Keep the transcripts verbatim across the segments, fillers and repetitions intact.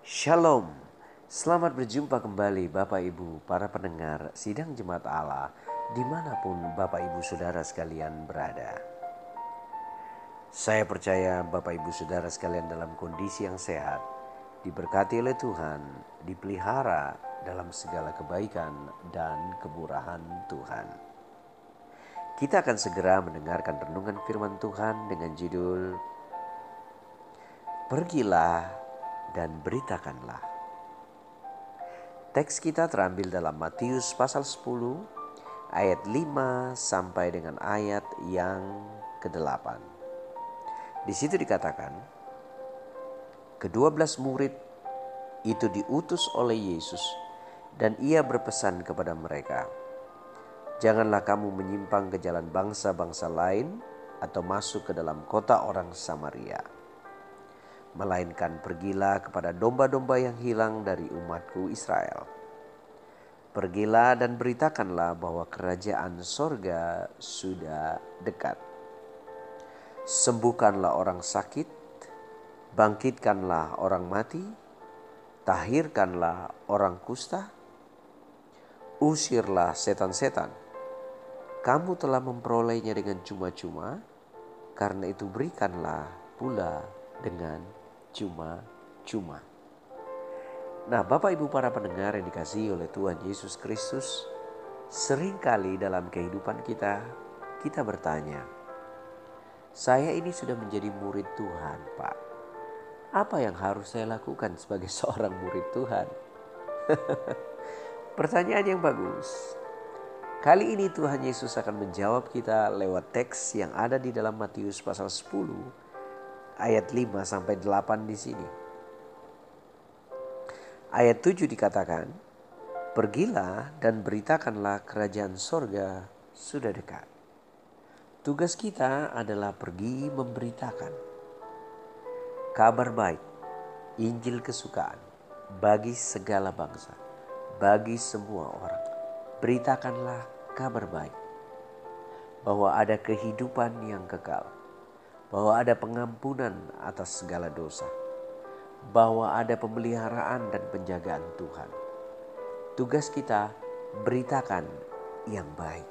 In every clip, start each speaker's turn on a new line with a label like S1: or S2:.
S1: Shalom, selamat berjumpa kembali Bapak Ibu para pendengar Sidang Jemaat Allah dimanapun Bapak Ibu Saudara sekalian berada. Saya percaya Bapak Ibu Saudara sekalian dalam kondisi yang sehat, diberkati oleh Tuhan, dipelihara dalam segala kebaikan dan kemurahan Tuhan. Kita akan segera mendengarkan renungan firman Tuhan dengan judul Pergilah dan beritakanlah. Teks kita terambil dalam Matius pasal sepuluh ayat lima sampai dengan ayat yang kedelapan. Di situ dikatakan, kedua belas murid itu diutus oleh Yesus dan ia berpesan kepada mereka, janganlah kamu menyimpang ke jalan bangsa-bangsa lain atau masuk ke dalam kota orang Samaria. Melainkan pergilah kepada domba-domba yang hilang dari umatku Israel. Pergilah dan beritakanlah bahwa kerajaan sorga sudah dekat. Sembuhkanlah orang sakit, bangkitkanlah orang mati, tahirkanlah orang kusta, usirlah setan-setan. Kamu telah memperolehnya dengan cuma-cuma, karena itu berikanlah pula dengan cuma-cuma. Nah, Bapak Ibu para pendengar yang dikasihi oleh Tuhan Yesus Kristus, seringkali dalam kehidupan kita, kita bertanya, saya ini sudah menjadi murid Tuhan, Pak. Apa yang harus saya lakukan sebagai seorang murid Tuhan? Pertanyaan yang bagus. Kali ini Tuhan Yesus akan menjawab kita lewat teks yang ada di dalam Matius pasal sepuluh ayat lima sampai delapan di sini. Ayat tujuh dikatakan, pergilah dan beritakanlah kerajaan sorga sudah dekat. Tugas kita adalah pergi memberitakan kabar baik, Injil kesukaan bagi segala bangsa, bagi semua orang. Beritakanlah kabar baik bahwa ada kehidupan yang kekal, bahwa ada pengampunan atas segala dosa, bahwa ada pemeliharaan dan penjagaan Tuhan. Tugas kita beritakan yang baik.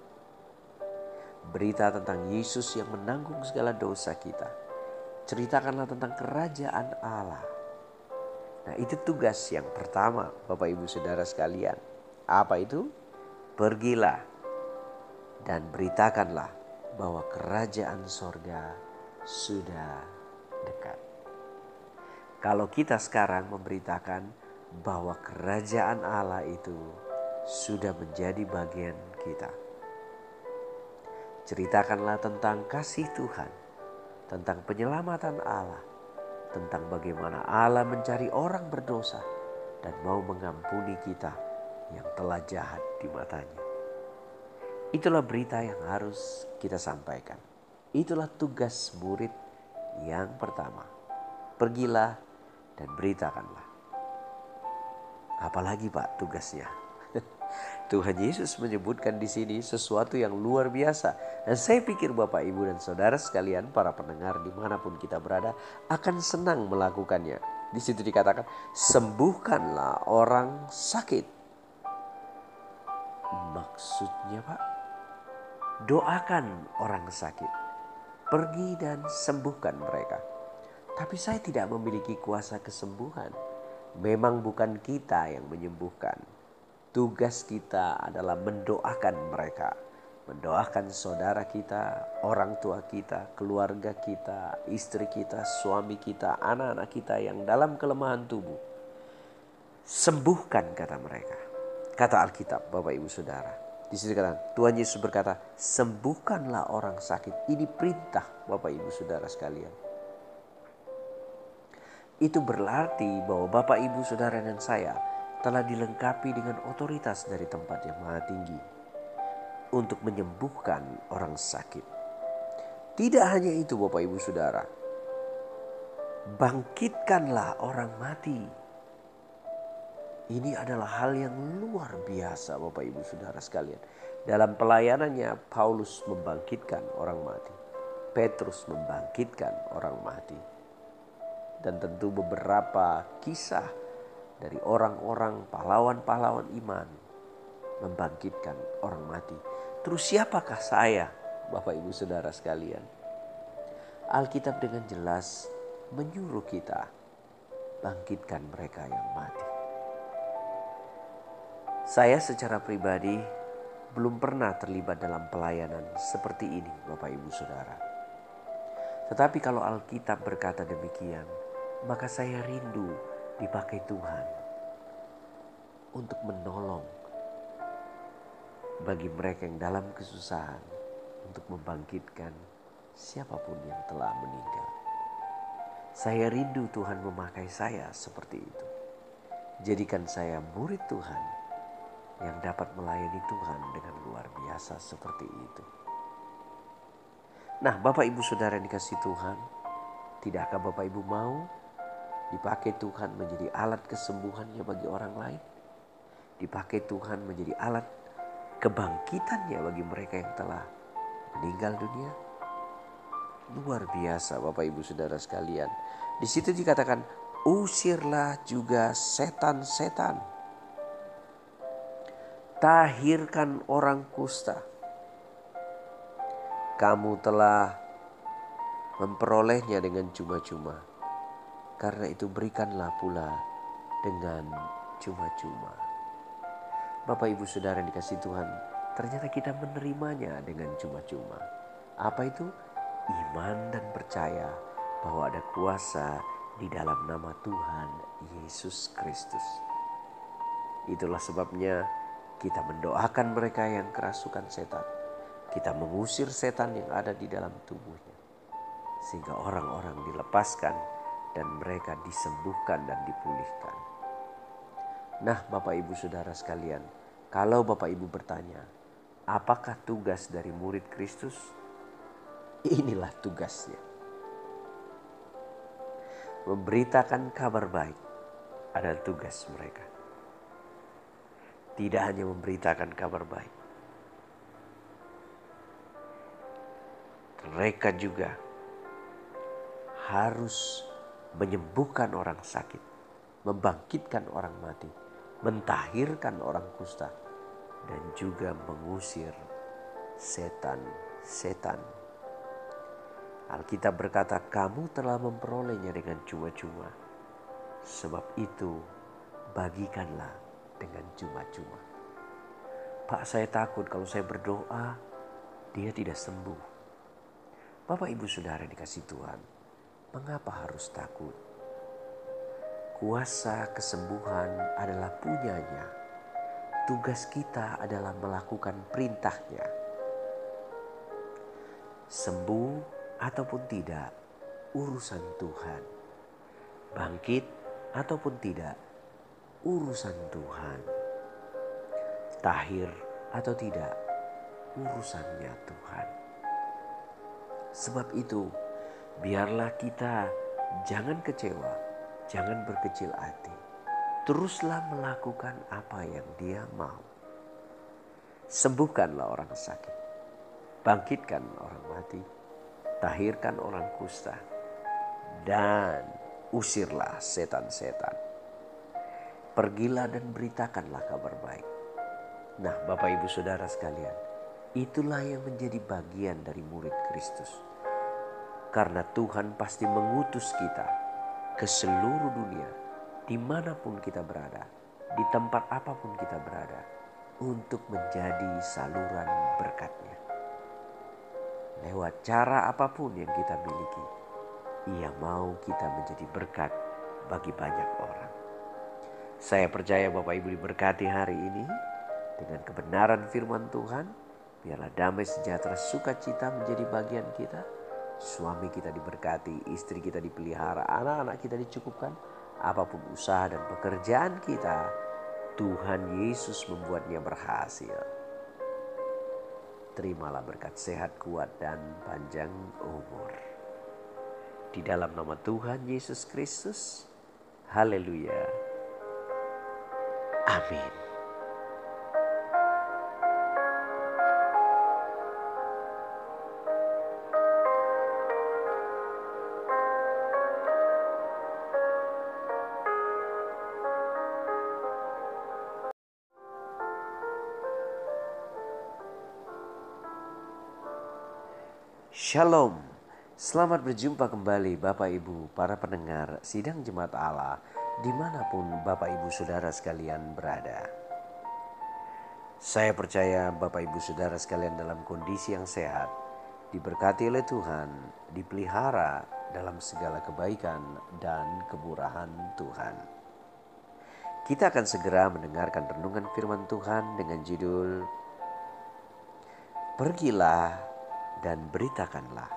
S1: Berita tentang Yesus yang menanggung segala dosa kita. Ceritakanlah tentang kerajaan Allah. Nah, itu tugas yang pertama Bapak Ibu Saudara sekalian. Apa itu? Pergilah dan beritakanlah bahwa kerajaan sorga sudah dekat. Kalau kita sekarang memberitakan bahwa kerajaan Allah itu sudah menjadi bagian kita. Ceritakanlah tentang kasih Tuhan, tentang penyelamatan Allah, tentang bagaimana Allah mencari orang berdosa dan mau mengampuni kita yang telah jahat di matanya. Itulah berita yang harus kita sampaikan. Itulah tugas murid yang pertama. Pergilah dan beritakanlah. Apalagi Pak tugasnya? Tuhan Yesus menyebutkan di sini sesuatu yang luar biasa. Dan saya pikir Bapak Ibu dan Saudara sekalian, para pendengar dimanapun kita berada, akan senang melakukannya. Di situ dikatakan, sembuhkanlah orang sakit. Maksudnya Pak, doakan orang sakit. Pergi dan sembuhkan mereka. Tapi saya tidak memiliki kuasa kesembuhan. Memang bukan kita yang menyembuhkan. Tugas kita adalah mendoakan mereka. Mendoakan saudara kita, orang tua kita, keluarga kita, istri kita, suami kita, anak-anak kita yang dalam kelemahan tubuh. Sembuhkan kata mereka. Kata Alkitab Bapak Ibu Saudara. Di situ kata Tuhan Yesus berkata, sembuhkanlah orang sakit. Ini perintah Bapak Ibu Saudara sekalian. Itu berarti bahwa Bapak Ibu Saudara dan saya telah dilengkapi dengan otoritas dari tempat yang maha tinggi untuk menyembuhkan orang sakit. Tidak hanya itu Bapak Ibu Saudara, bangkitkanlah orang mati. Ini adalah hal yang luar biasa Bapak Ibu Saudara sekalian. Dalam pelayanannya Paulus membangkitkan orang mati. Petrus membangkitkan orang mati. dan tentu beberapa kisah dari orang-orang pahlawan-pahlawan iman membangkitkan orang mati. Terus siapakah saya, Bapak Ibu Saudara sekalian? Alkitab dengan jelas menyuruh kita bangkitkan mereka yang mati. Saya secara pribadi belum pernah terlibat dalam pelayanan seperti ini, Bapak Ibu Saudara. Tetapi kalau Alkitab berkata demikian, maka saya rindu dipakai Tuhan untuk menolong bagi mereka yang dalam kesusahan, untuk membangkitkan siapapun yang telah meninggal. Saya rindu Tuhan memakai saya seperti itu. Jadikan saya murid Tuhan yang dapat melayani Tuhan dengan luar biasa seperti itu. Nah, Bapak Ibu Saudara yang dikasihi Tuhan, tidakkah Bapak Ibu mau dipakai Tuhan menjadi alat kesembuhannya bagi orang lain? Dipakai Tuhan menjadi alat kebangkitannya bagi mereka yang telah meninggal dunia? Luar biasa Bapak Ibu Saudara sekalian. Di situ dikatakan, usirlah juga setan-setan. Tahirkan orang kusta. Kamu telah memperolehnya dengan cuma-cuma. Karena itu berikanlah pula dengan cuma-cuma. Bapak Ibu Saudara yang dikasihi Tuhan, ternyata kita menerimanya dengan cuma-cuma. Apa itu? Iman dan percaya bahwa ada kuasa di dalam nama Tuhan Yesus Kristus. Itulah sebabnya kita mendoakan mereka yang kerasukan setan. Kita mengusir setan yang ada di dalam tubuhnya. Sehingga orang-orang dilepaskan dan mereka disembuhkan dan dipulihkan. Nah, Bapak Ibu Saudara sekalian, kalau Bapak Ibu bertanya, apakah tugas dari murid Kristus? Inilah tugasnya. Memberitakan kabar baik adalah tugas mereka. Tidak hanya memberitakan kabar baik, mereka juga harus menyembuhkan orang sakit, membangkitkan orang mati, mentahirkan orang kusta, dan juga mengusir setan-setan. Alkitab berkata, kamu telah memperolehnya dengan cuma-cuma. Sebab itu bagikanlah dengan cuma-cuma. Pak, saya takut kalau saya berdoa dia tidak sembuh. Bapak Ibu Saudara dikasih Tuhan, mengapa harus takut? Kuasa kesembuhan adalah punyanya. Tugas kita adalah melakukan perintahnya. Sembuh ataupun tidak, urusan Tuhan. Bangkit ataupun tidak, urusan Tuhan. Tahir atau tidak, urusannya Tuhan. Sebab itu, biarlah kita jangan kecewa, jangan berkecil hati. Teruslah melakukan apa yang Dia mau. Sembuhkanlah orang sakit, bangkitkan orang mati, tahirkan orang kusta, dan usirlah setan-setan. Pergilah dan beritakanlah kabar baik. Nah, Bapak Ibu Saudara sekalian, itulah yang menjadi bagian dari murid Kristus. Karena Tuhan pasti mengutus kita ke seluruh dunia, dimanapun kita berada, di tempat apapun kita berada, untuk menjadi saluran berkat-Nya. Lewat cara apapun yang kita miliki, Ia mau kita menjadi berkat bagi banyak orang. Saya percaya Bapak Ibu diberkati hari ini dengan kebenaran firman Tuhan. Biarlah damai sejahtera sukacita menjadi bagian kita. Suami kita diberkati, istri kita dipelihara, anak-anak kita dicukupkan. Apapun usaha dan pekerjaan kita, Tuhan Yesus membuatnya berhasil. Terimalah berkat sehat, kuat, dan panjang umur. Di dalam nama Tuhan Yesus Kristus. Haleluya. Amin. Shalom, selamat berjumpa kembali Bapak Ibu para pendengar Sidang Jemaat Allah dimanapun Bapak Ibu Saudara sekalian berada. Saya percaya Bapak Ibu Saudara sekalian dalam kondisi yang sehat, diberkati oleh Tuhan, dipelihara dalam segala kebaikan dan kemurahan Tuhan. Kita akan segera mendengarkan renungan firman Tuhan dengan judul Pergilah dan beritakanlah.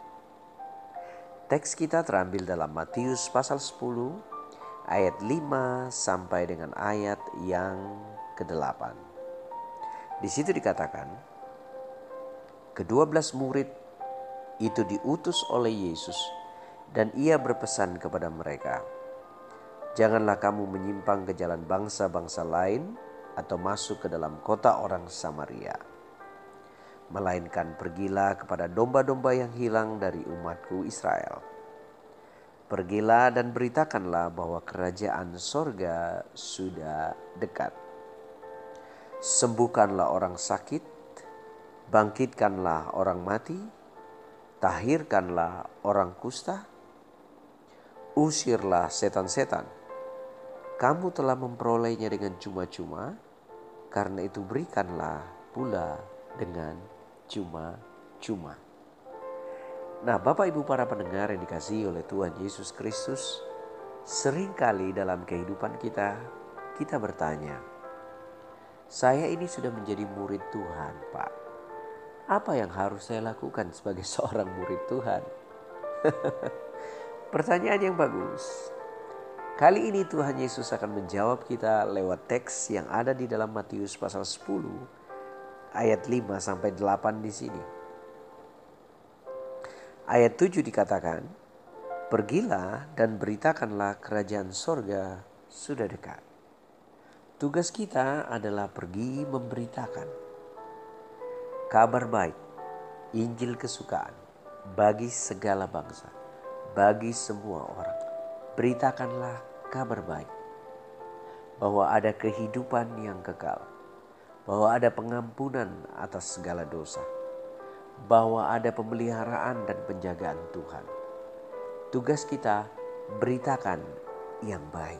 S1: Teks kita terambil dalam Matius pasal sepuluh ayat lima sampai dengan ayat yang kedelapan. Di situ dikatakan, kedua belas murid itu diutus oleh Yesus dan ia berpesan kepada mereka, janganlah kamu menyimpang ke jalan bangsa-bangsa lain atau masuk ke dalam kota orang Samaria. Melainkan pergilah kepada domba-domba yang hilang dari umatku Israel. Pergilah dan beritakanlah bahwa kerajaan sorga sudah dekat. Sembuhkanlah orang sakit, bangkitkanlah orang mati, tahirkanlah orang kusta, usirlah setan-setan. Kamu telah memperolehnya dengan cuma-cuma, karena itu berikanlah pula dengan cuma-cuma. Nah, Bapak Ibu para pendengar yang dikasihi oleh Tuhan Yesus Kristus, seringkali dalam kehidupan kita, kita bertanya, saya ini sudah menjadi murid Tuhan, Pak. Apa yang harus saya lakukan sebagai seorang murid Tuhan? Pertanyaan yang bagus. Kali ini Tuhan Yesus akan menjawab kita lewat teks yang ada di dalam Matius pasal sepuluh ayat lima sampai delapan di sini. Ayat tujuh dikatakan, pergilah dan beritakanlah kerajaan sorga sudah dekat. Tugas kita adalah pergi memberitakan kabar baik, Injil kesukaan bagi segala bangsa, bagi semua orang. Beritakanlah kabar baik bahwa ada kehidupan yang kekal, bahwa ada pengampunan atas segala dosa, bahwa ada pemeliharaan dan penjagaan Tuhan. Tugas kita beritakan yang baik.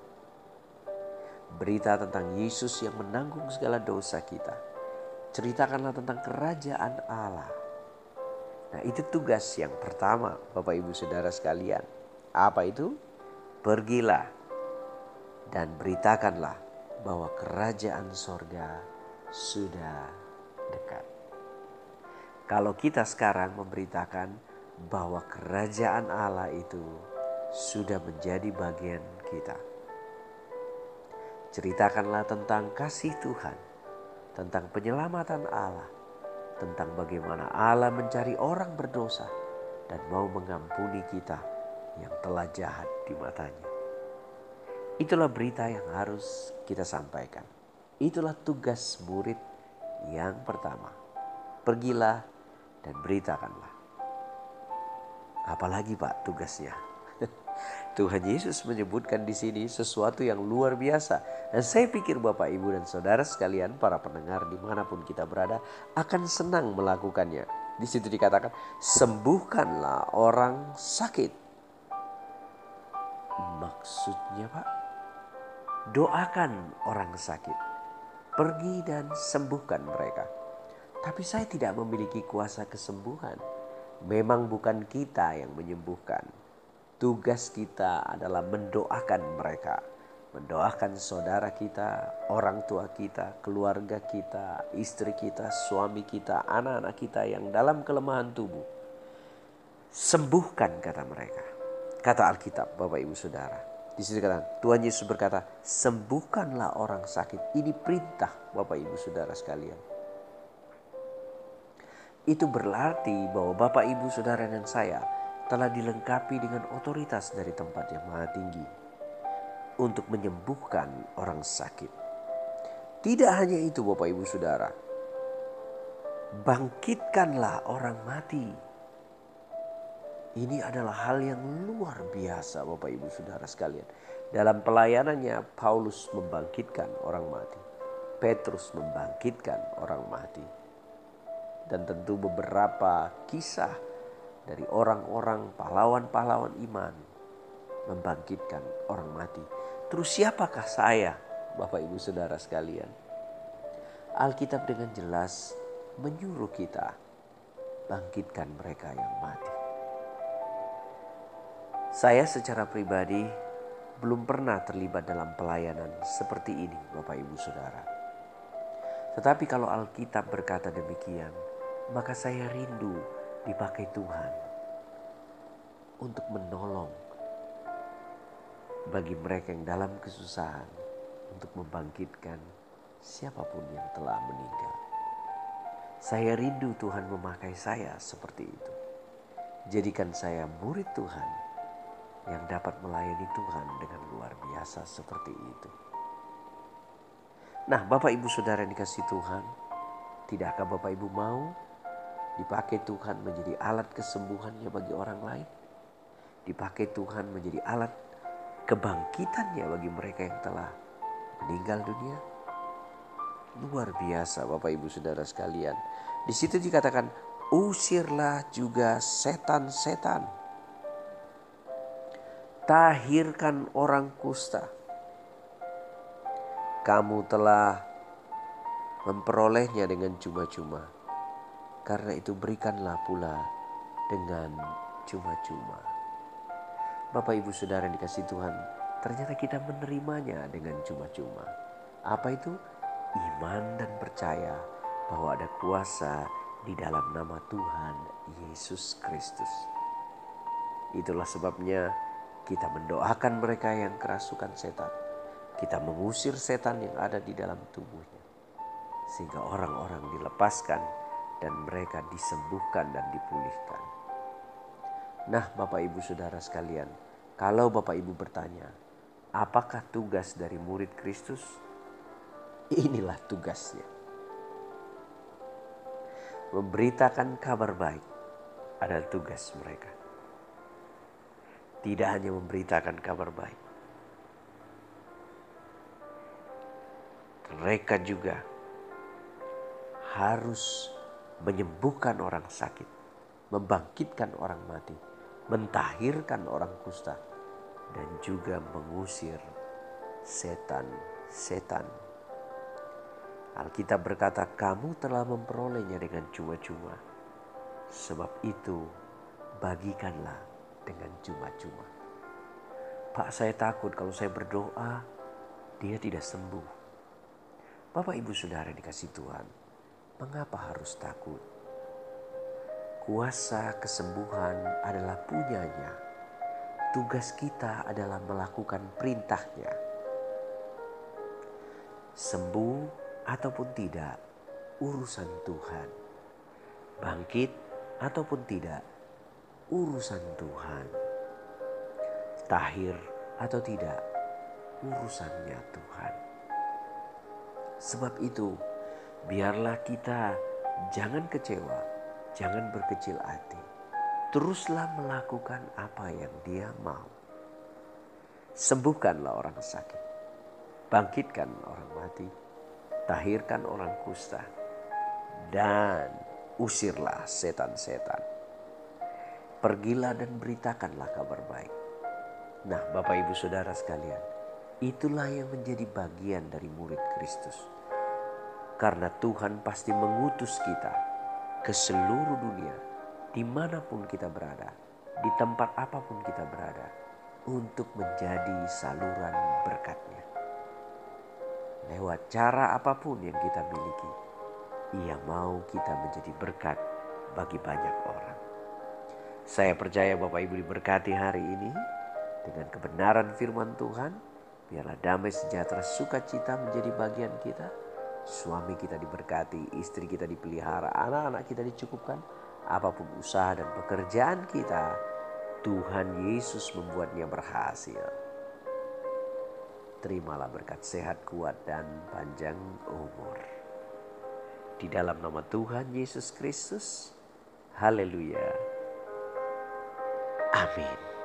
S1: Berita tentang Yesus yang menanggung segala dosa kita. Ceritakanlah tentang kerajaan Allah. Nah, itu tugas yang pertama Bapak Ibu Saudara sekalian. Apa itu? Pergilah dan beritakanlah bahwa kerajaan sorga sudah dekat. Kalau kita sekarang memberitakan bahwa kerajaan Allah itu sudah menjadi bagian kita. Ceritakanlah tentang kasih Tuhan, tentang penyelamatan Allah, tentang bagaimana Allah mencari orang berdosa dan mau mengampuni kita yang telah jahat di matanya. Itulah berita yang harus kita sampaikan. Itulah tugas murid yang pertama. Pergilah dan beritakanlah. Apalagi Pak tugasnya? Tuhan Yesus menyebutkan di sini sesuatu yang luar biasa. Dan saya pikir Bapak Ibu dan Saudara sekalian, para pendengar dimanapun kita berada, akan senang melakukannya. Di situ dikatakan, sembuhkanlah orang sakit. Maksudnya Pak, doakan orang sakit, pergi dan sembuhkan mereka. Tapi saya tidak memiliki kuasa kesembuhan. Memang bukan kita yang menyembuhkan. Tugas kita adalah mendoakan mereka, mendoakan saudara kita, orang tua kita, keluarga kita, istri kita, suami kita, anak-anak kita yang dalam kelemahan tubuh. Sembuhkan kata mereka. Kata Alkitab, Bapak Ibu Saudara. Di situ kata Tuhan Yesus berkata, sembuhkanlah orang sakit. Ini perintah Bapak Ibu Saudara sekalian. Itu berarti bahwa Bapak Ibu Saudara dan saya telah dilengkapi dengan otoritas dari tempat yang maha tinggi untuk menyembuhkan orang sakit. Tidak hanya itu Bapak Ibu Saudara, bangkitkanlah orang mati. Ini adalah hal yang luar biasa Bapak Ibu Saudara sekalian. Dalam pelayanannya Paulus membangkitkan orang mati. Petrus membangkitkan orang mati. dan tentu beberapa kisah dari orang-orang pahlawan-pahlawan iman membangkitkan orang mati. Terus siapakah saya, Bapak Ibu Saudara sekalian? Alkitab dengan jelas menyuruh kita bangkitkan mereka yang mati. Saya secara pribadi belum pernah terlibat dalam pelayanan seperti ini, Bapak Ibu Saudara. Tetapi kalau Alkitab berkata demikian, maka saya rindu dipakai Tuhan untuk menolong bagi mereka yang dalam kesusahan, untuk membangkitkan siapapun yang telah meninggal. Saya rindu Tuhan memakai saya seperti itu. Jadikan saya murid Tuhan yang dapat melayani Tuhan dengan luar biasa seperti itu. Nah, Bapak Ibu Saudara yang dikasihi Tuhan, tidakkah Bapak Ibu mau dipakai Tuhan menjadi alat kesembuhannya bagi orang lain? Dipakai Tuhan menjadi alat kebangkitannya bagi mereka yang telah meninggal dunia? Luar biasa Bapak Ibu Saudara sekalian. Di situ dikatakan, usirlah juga setan-setan. Tahirkan orang kusta. Kamu telah memperolehnya dengan cuma-cuma. Karena itu berikanlah pula dengan cuma-cuma. Bapak Ibu Saudara yang dikasihi Tuhan, ternyata kita menerimanya dengan cuma-cuma. Apa itu? Iman dan percaya bahwa ada kuasa di dalam nama Tuhan Yesus Kristus. Itulah sebabnya kita mendoakan mereka yang kerasukan setan. Kita mengusir setan yang ada di dalam tubuhnya. Sehingga orang-orang dilepaskan dan mereka disembuhkan dan dipulihkan. Nah, Bapak Ibu Saudara sekalian, kalau Bapak Ibu bertanya, apakah tugas dari murid Kristus? Inilah tugasnya. Memberitakan kabar baik adalah tugas mereka. Tidak hanya memberitakan kabar baik, mereka juga harus menyembuhkan orang sakit, membangkitkan orang mati, mentahirkan orang kusta, dan juga mengusir setan-setan. Alkitab berkata, kamu telah memperolehnya dengan cuma-cuma. Sebab itu bagikanlah dengan cuma-cuma. Pak, saya takut kalau saya berdoa dia tidak sembuh. Bapak Ibu Saudara dikasih Tuhan, mengapa harus takut? Kuasa kesembuhan adalah punyanya. Tugas kita adalah melakukan perintahnya. Sembuh ataupun tidak, urusan Tuhan. Bangkit ataupun tidak, urusan Tuhan. Tahir atau tidak, urusannya Tuhan. Sebab itu, biarlah kita jangan kecewa, jangan berkecil hati. Teruslah melakukan apa yang Dia mau. Sembuhkanlah orang sakit, bangkitkan orang mati, tahirkan orang kusta, dan usirlah setan-setan. Pergilah dan beritakanlah kabar baik. Nah, Bapak Ibu Saudara sekalian, itulah yang menjadi bagian dari murid Kristus. Karena Tuhan pasti mengutus kita ke seluruh dunia, dimanapun kita berada, di tempat apapun kita berada, untuk menjadi saluran berkat-Nya. Lewat cara apapun yang kita miliki, Ia mau kita menjadi berkat bagi banyak orang. Saya percaya Bapak Ibu diberkati hari ini dengan kebenaran firman Tuhan. Biarlah damai sejahtera sukacita menjadi bagian kita. Suami kita diberkati, istri kita dipelihara, anak-anak kita dicukupkan. Apapun usaha dan pekerjaan kita, Tuhan Yesus membuatnya berhasil. Terimalah berkat sehat, kuat, dan panjang umur. Di dalam nama Tuhan Yesus Kristus. Haleluya. Amin.